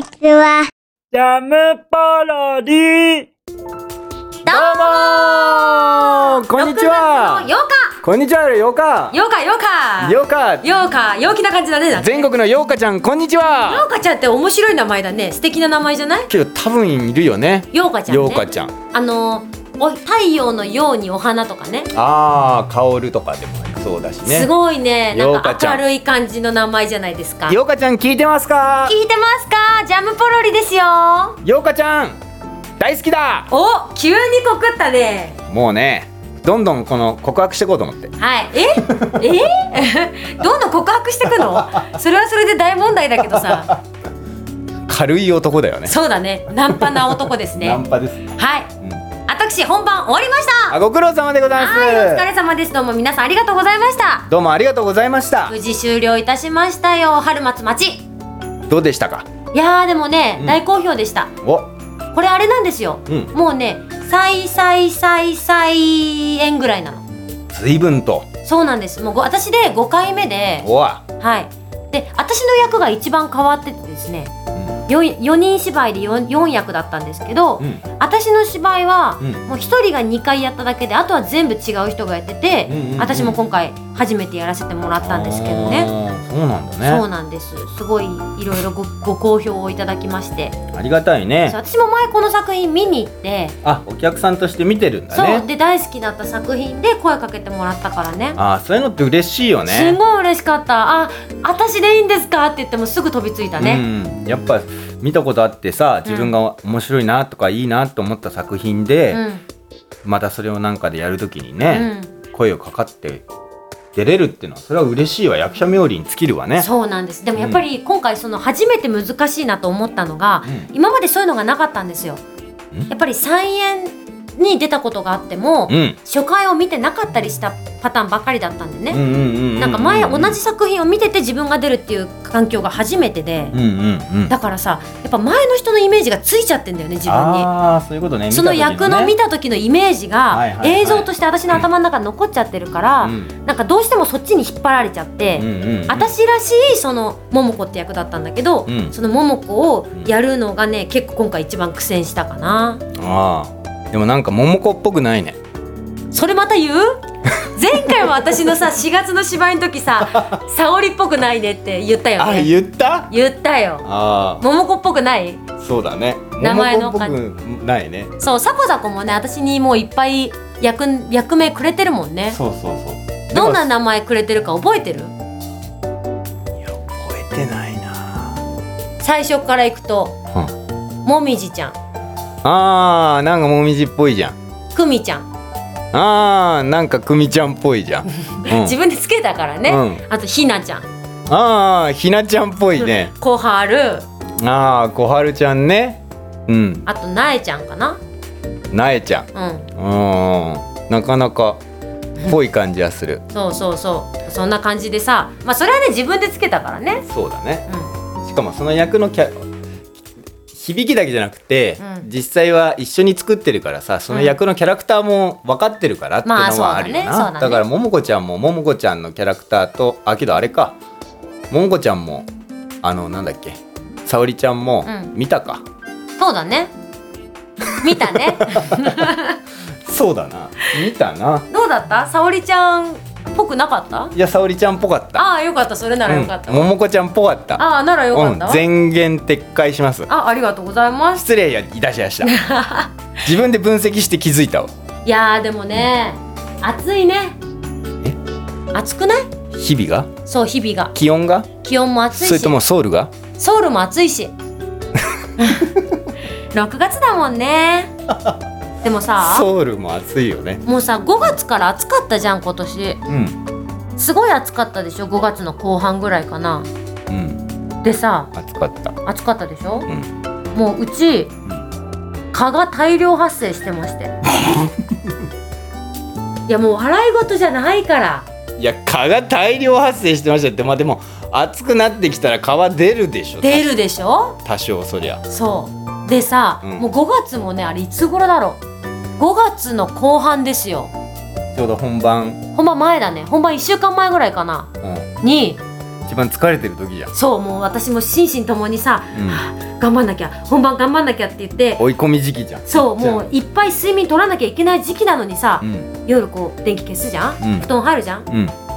ちは。 ジャムパロディ。 どうもこんにちは。 6月の8日。 こんにちは、ようか。 ようかようか。 ようか。 ようか、陽気な感じだね。 全国のようかちゃん、こんにちは。 ようかちゃんって面白い名前だね。素敵な名前じゃない？ けど多分いるよね。 ようかちゃんね。 ようかちゃん。 太陽のようにお花とかね。 ああ、香るとかでもそうだしね。 すごいね。なんようかちゃんか明るい感じの名前じゃないですか。 ようかちゃん聞いてますか？ 聞いてますか？ジャムポロリですよ。 ようかちゃん大好きだ。 お、急に告ったね。 もうね、どんどんこの告白していこうと思って。 はい。どんどん告白してくの？それはそれで大問題だけどさ。 軽い男だよね。 そうだね。ナンパな男ですね。 ナンパですね。 はい。私本番終わりました。 ご苦労様でございます。 はい、お疲れ様です。どうも皆さんありがとうございました。 どうもありがとうございました。 無事終了いたしましたよ。春松町。 どうでしたか？ いやーでもね、大好評でした。 お、 これあれなんですよ。もうね、再円ぐらいなの。 随分と。 そうなんです。もう私で5回目で、 おわ。 はい。で、私の役が一番変わっててですね。4人芝居で 4役だったんですけど、私の芝居はもう1人が2回やっただけで、あとは全部違う人がやってて、私も今回初めてやらせてもらったんですけどね。 そうなんだね。 そうなんです。すごいいろいろご好評をいただきまして、 ありがたいね。 私も前この作品見に行って、 お客さんとして見てるんだね。 そうで大好きだった作品で声かけてもらったからね。 そういうのって嬉しいよね。 すごい嬉しかった。私でいいんですかって言ってもすぐ飛びついたね。 やっぱ見たことあってさ、自分が面白いなとかいいなと思った作品で、またそれをなんかでやるときにね、声をかかって出れるっていうのは、それは嬉しいわ。役者冥利に尽きるわね。 そうなんです。でもやっぱり今回その初めて難しいなと思ったのが、今までそういうのがなかったんですよ。やっぱり再演に出たことがあっても、初回を見てなかったりしたパターンばっかりだったんでね。なんか前同じ作品を見てて自分が出るっていう環境が初めてで、だからさ、やっぱ前の人のイメージがついちゃってんだよね、自分に。 そういうことね。 その役の見た時のイメージが映像として私の頭の中に残っちゃってるから、なんかどうしてもそっちに引っ張られちゃって、私らしいその桃子って役だったんだけど、その桃子をやるのがね、結構今回一番苦戦したかな。 でもなんか桃子っぽくないね。 それまた言う？前回は私のさ4月の芝居の時さ、沙織っぽくないねって言ったよね。 言った？ 言ったよ。桃子っぽくない？そうだね。 名前の桃子っぽくないね。 そう、サコザコもね、私にもういっぱい役名くれてるもんね。 そう。 どんな名前くれてるか覚えてる？ いや、覚えてないな。 最初からいくと、もみじちゃん。 なんかもみじっぽいじゃん。 くみちゃん。 なんかくみちゃんっぽいじゃん。 自分でつけたからね。あとひなちゃん。 ひなちゃんっぽいね。 こはる。 こはるちゃんね。 あとなえちゃんかな。 なえちゃん。なかなかぽい感じはする。 そう。そんな感じでさ、それはね自分でつけたからね。 そうだね。しかもその役の響きだけじゃなくて、実際は一緒に作ってるからさ、その役のキャラクターも分かってるからっていうのはあるよな。だからももこちゃんもももこちゃんのキャラクターと、けどあれか、ももこちゃんもなんだっけ、さおりちゃんも見たか。 そうだね、見たね。 そうだな、見たな。 どうだった？さおりちゃんっぽくなかった？ いや、さおりちゃんっぽかった。 よかった。それならよかった。 ももこちゃんっぽかった。 ならよかった。 全言撤回します。 ありがとうございます。 失礼いたしました。自分で分析して気づいたわ。 いやでもね、暑いね。暑くない？ 日々が？そう、 日々が。 気温が？ 気温も暑いし。 それともソウルが？ ソウルも暑いし。6月だもんね。でもさ、 ソウルも暑いよね。 もうさ、5月から暑かったじゃん今年。すごい暑かったでしょ、5月の後半ぐらいかな。でさ、 暑かったでしょ。もううち蚊が大量発生してまして。いやもう笑い事じゃないから。 いや、蚊が大量発生してましたって。でも暑くなってきたら蚊は出るでしょ。 出るでしょ、 多少。そりゃそうでさ、もう5月もね、あれいつ頃だろう。5月の後半ですよ。 ちょうど本番前だね。本番1週間前ぐらいかな、に一番疲れてる時じゃん。 そうもう私も心身ともにさ、はあ、頑張んなきゃ本番頑張んなきゃって言って追い込み時期じゃん。 そうもういっぱい睡眠取らなきゃいけない時期なのにさ、夜こう電気消すじゃん、布団入るじゃん、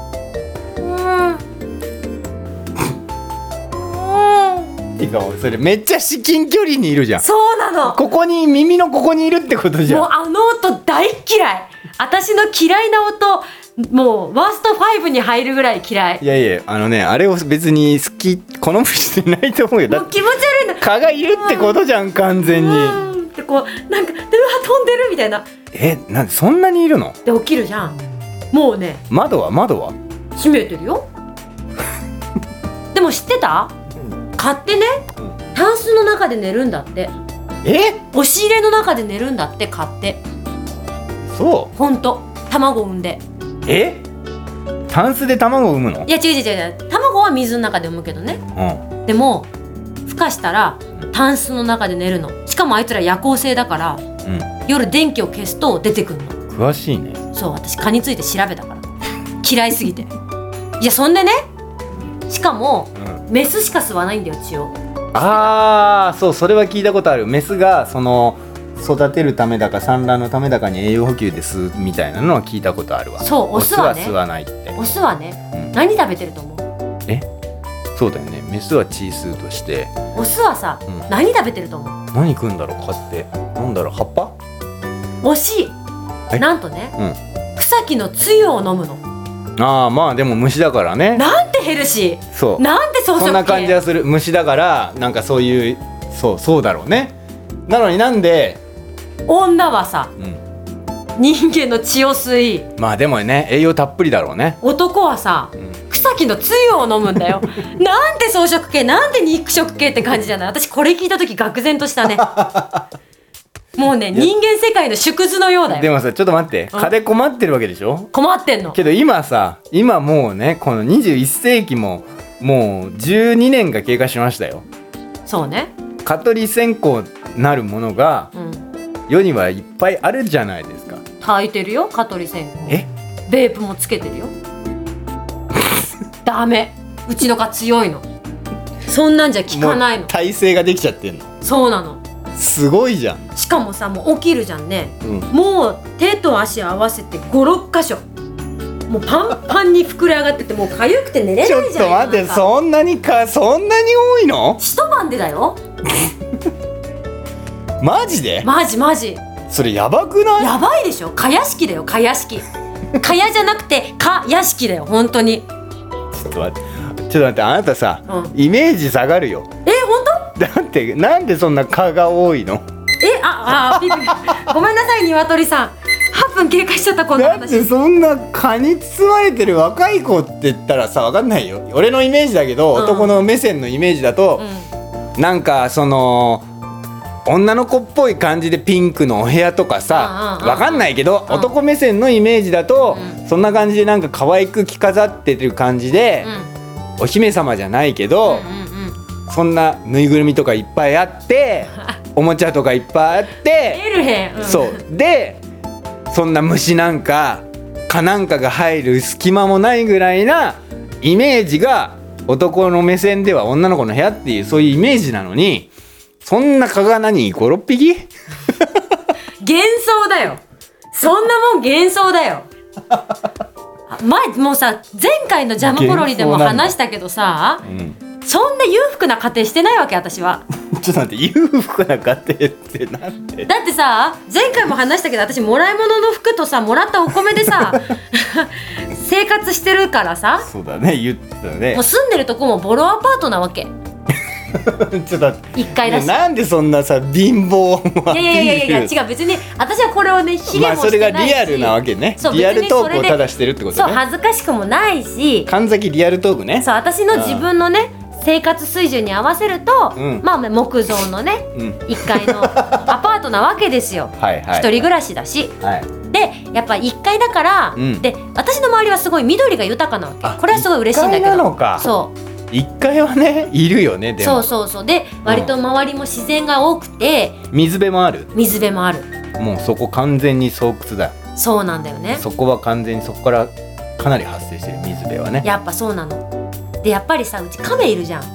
てかもうそれめっちゃ至近距離にいるじゃん。 そうなの。 ここに耳のここにいるってことじゃん。 もうあの音大嫌い。私の嫌いな音もうワースト5に入るぐらい嫌い。 いやいやあれを別に好む人いないと思うよ。 もう気持ち悪いの。 蚊がいるってことじゃん完全に。 ってこうなんかうわ飛んでるみたいな。 なんでそんなにいるの？ で起きるじゃん。もうね。窓は閉めてるよ。でも知ってた？蚊ってね、タンスの中で寝るんだって。押し入れの中で寝るんだって蚊って。 そう？ ほんと卵産んで。 タンスで卵を産むの？いや違う卵は水の中で産むけどね、でも孵化したらタンスの中で寝るの。しかもあいつら夜行性だから、夜電気を消すと出てくるの。 詳しいね。 そう私蚊について調べたから嫌いすぎて。いやそんでね、しかも、メスしか吸わないんだよ血を。 そうそれは聞いたことある。メスがその育てるためだか産卵のためだかに栄養補給で吸うみたいなのは聞いたことあるわ。 そうオスはね吸わないって。 オスはね、何食べてると思う？ そうだよね。メスは血吸うとしてオスはさ、何食べてると思う？ 何食うんだろう？蚊ってなんだろう？葉っぱ？ 惜しい。なんとね、草木のつゆを飲むの。 まあでも虫だからね。 なんてヘルシー。 そうなんて草食系。 そんな感じはする。虫だからなんかそういうそうだろうね。なのになんで女はさ、人間の血を吸い、 まあでもね栄養たっぷりだろうね。 男はさ、草木のつゆを飲むんだよ。なんて草食系、なんて肉食系って感じじゃない？私これ聞いた時愕然としたね。もうね人間世界の縮図のようだよ。 でもさちょっと待って、蚊で困ってるわけでしょ？ 困ってんのけど今もうねこの21世紀ももう12年が経過しましたよ。 そうね。 蚊取り線香なるものが、世にはいっぱいあるじゃないですか。 炊いてるよ蚊取り線香。ベープもつけてるよ。ダメ、うちの蚊強いの。そんなんじゃ効かないの。 耐性ができちゃってんの。 そうなの。 すごいじゃん。 しかもさもう起きるじゃんね、もう手と足合わせて 5,6 箇所もうパンパンに膨れ上がっててもう痒くて寝れないじゃん。 ちょっと待って、そんなに多いの？ 一晩でだよ。 マジで？ マジそれやばくない？ やばいでしょ。蚊屋敷だよ蚊屋敷。蚊帳じゃなくて蚊屋敷だよ本当に。 ちょっと待ってあなたさ、イメージ下がるよ。 本当？ だってなんでそんな蚊が多いの？ ピピごめんなさい鶏さん。8分経過しちゃったこんな話。 だってそんな蚊に包まれてる若い子って言ったらさ分かんないよ。俺のイメージだけど、男の目線のイメージだと、なんかその女の子っぽい感じでピンクのお部屋とかさ、分かんないけど、男目線のイメージだと、そんな感じでなんか可愛く着飾ってる感じで、お姫様じゃないけど、そんなぬいぐるみとかいっぱいあっておもちゃとかいっぱいあってエルヘン、 そうでそんな虫なんか蚊なんかが入る隙間もないぐらいなイメージが男の目線では女の子の部屋っていうそういうイメージなのに、そんな蚊が何 5,6 匹？ 幻想だよ。そんなもん幻想だよ。もうさ前回のジャムコロリでも話したけどさ、そんな裕福な家庭してないわけ私は。 ちょっと待って、裕福な家庭ってなんで？ だってさ前回も話したけど私もらい物の服とさもらったお米でさ生活してるからさ。 そうだね言ってたね。 もう住んでるとこもボロアパートなわけ。 ちょっと待って 1階だし、 なんでそんなさ貧乏をいや違う別に私はこれをね卑下もしてないし、 それがリアルなわけね。リアルトークをただしてるってことね。 そう恥ずかしくもないし、 神崎リアルトークね。 そう私の自分のね生活水準に合わせると、まあ木造のね、1階のアパートなわけですよ。一人暮らしだし、でやっぱ1階だから、で私の周りはすごい緑が豊かなわけ。これはすごい嬉しいんだけど。1階なのか。そう 1階はねいるよね。でもそうで割と周りも自然が多くて、 水辺もある。 もうそこ完全に巣窟だ。 そうなんだよね。 そこは完全にそこからかなり発生してる水辺はね。 やっぱそうなの。 でやっぱりさ、うち亀いるじゃん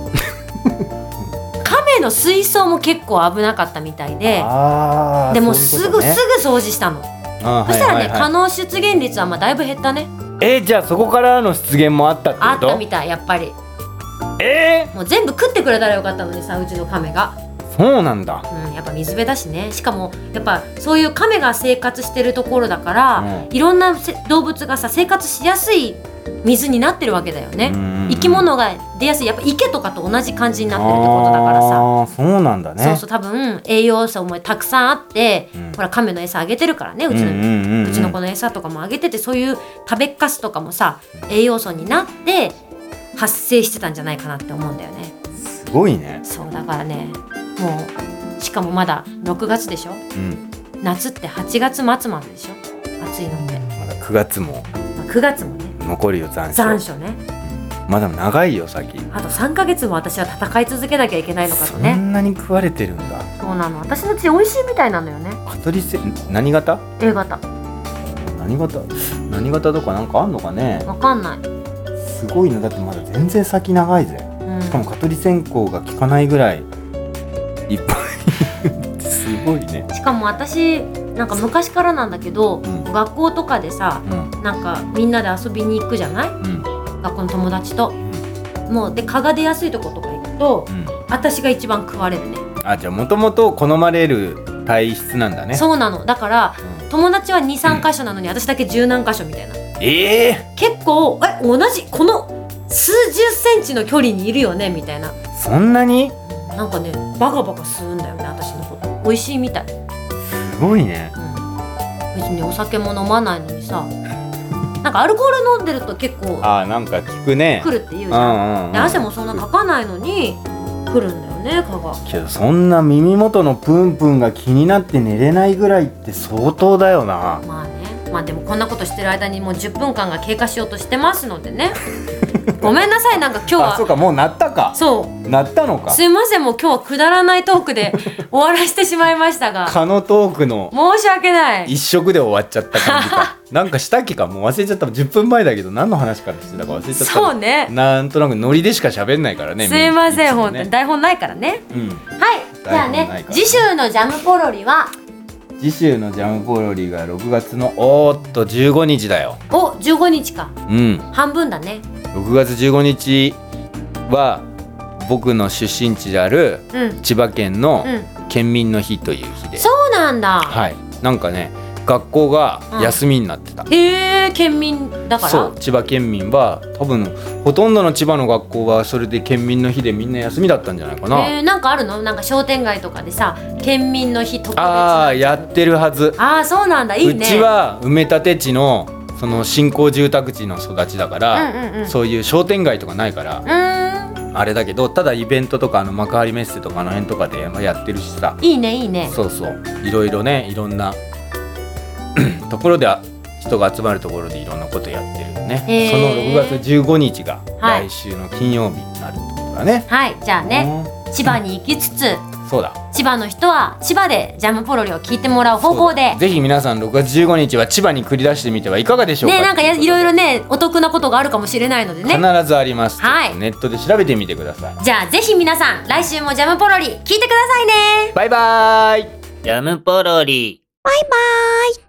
亀の水槽も結構危なかったみたいで、でもすぐ掃除したの。そしたらね、蚊の出現率はまあだいぶ減ったね。 じゃあそこからの出現もあったってこと？ あったみたい、やっぱり。もう全部食ってくれたらよかったのにさ、うちの亀が。 そうなんだ。 やっぱ水辺だしね。しかもやっぱそういう亀が生活してるところだから、いろんな動物がさ生活しやすい水になってるわけだよね。生き物が出やすい、やっぱ池とかと同じ感じになってるってことだからさ。 そうなんだね。 そうそう、多分栄養素もたくさんあって、ほら亀の餌あげてるからね、うちの子の餌とかもあげてて、そういう食べっかすとかもさ栄養素になって発生してたんじゃないかなって思うんだよね。 すごいね。 そうだからね、もうしかもまだ6月でしょ、夏って8月末まででしょ、暑いのって。 まだ9月も、 9月もね残るよ、残暑ね。 まだ長いよ先。あと3ヶ月も私は戦い続けなきゃいけないのかとね。 そんなに食われてるんだ。 そうなの、私の血美味しいみたいなのよね。 蚊取り線、何型？ A 型。 何型とかなんかあんのかね。 わかんない。 すごいな、だってまだ全然先長いぜ、しかも蚊取り線香が効かないぐらいいっぱいすごいね。しかも私なんか昔からなんだけど、学校とかでさ、なんかみんなで遊びに行くじゃない、学校の友達と、もうで蚊が出やすいとことか行くと、私が一番食われるね。 じゃあもともと好まれる体質なんだね。 そうなの。だから、友達は 2,3 箇所なのに、私だけ10何箇所みたいな。結構同じこの数十センチの距離にいるよねみたいな。 そんなに？ なんかね、バカバカ吸うんだよね、私のこと。美味しいみたい。 すごいね。 別にお酒も飲まないのにさなんかアルコール飲んでると結構なんか効くね、 来るって言うじゃん。で汗もそんなかかないのに来るんだよね、蚊が。 けどそんな耳元のプンプンが気になって寝れないぐらいって相当だよな。 まあね、まあでもこんなことしてる間にもう10分間が経過しようとしてますのでねごめんなさい、なんか今日はそうか、もうなったか。 そうなったのか。 すいません、もう今日はくだらないトークで終わらせてしまいましたが蚊のトークの申し訳ない一色で終わっちゃった感じかなんかしたっけか、もう忘れちゃった。10分前だけど何の話からしてたか忘れちゃった。 そうね、 なんとなくノリでしか喋んないからね。 すいません、本当に台本ないからね。はい、じゃあね、次週のジャムポロリは、 次週のジャムポロリが6月の15日だよ。 15日か。半分だね。 6月15日は僕の出身地である千葉県の県民の日という日で。 そうなんだ。 はい、なんかね、学校が休みになってた。 県民だから。 そう、千葉県民は多分ほとんどの千葉の学校はそれで県民の日でみんな休みだったんじゃないかな。 なんかあるの？なんか商店街とかでさ、県民の日特別やってるはず。 そうなんだ、いいね。 うちは埋め立て地のその新興住宅地の育ちだから、そういう商店街とかないからあれだけど、ただイベントとか幕張メッセとかあの辺とかでやってるしさ。 いいね、いいね。 そうそう、いろいろね、いろんなところで人が集まるところでいろんなことやってるよね。その6月15日が来週の金曜日になるってことだね。 はい、じゃあね、千葉に行きつつ、 そうだ、 千葉の人は千葉でジャムポロリを聞いてもらう方向で、 ぜひ皆さん6月15日は千葉に繰り出してみてはいかがでしょうか。 ね、なんかいろいろね、お得なことがあるかもしれないのでね、 必ずあります。 はい、 ネットで調べてみてください。 じゃあぜひ皆さん、来週もジャムポロリ聞いてくださいね。 バイバーイ。 ジャムポロリ。 バイバーイ。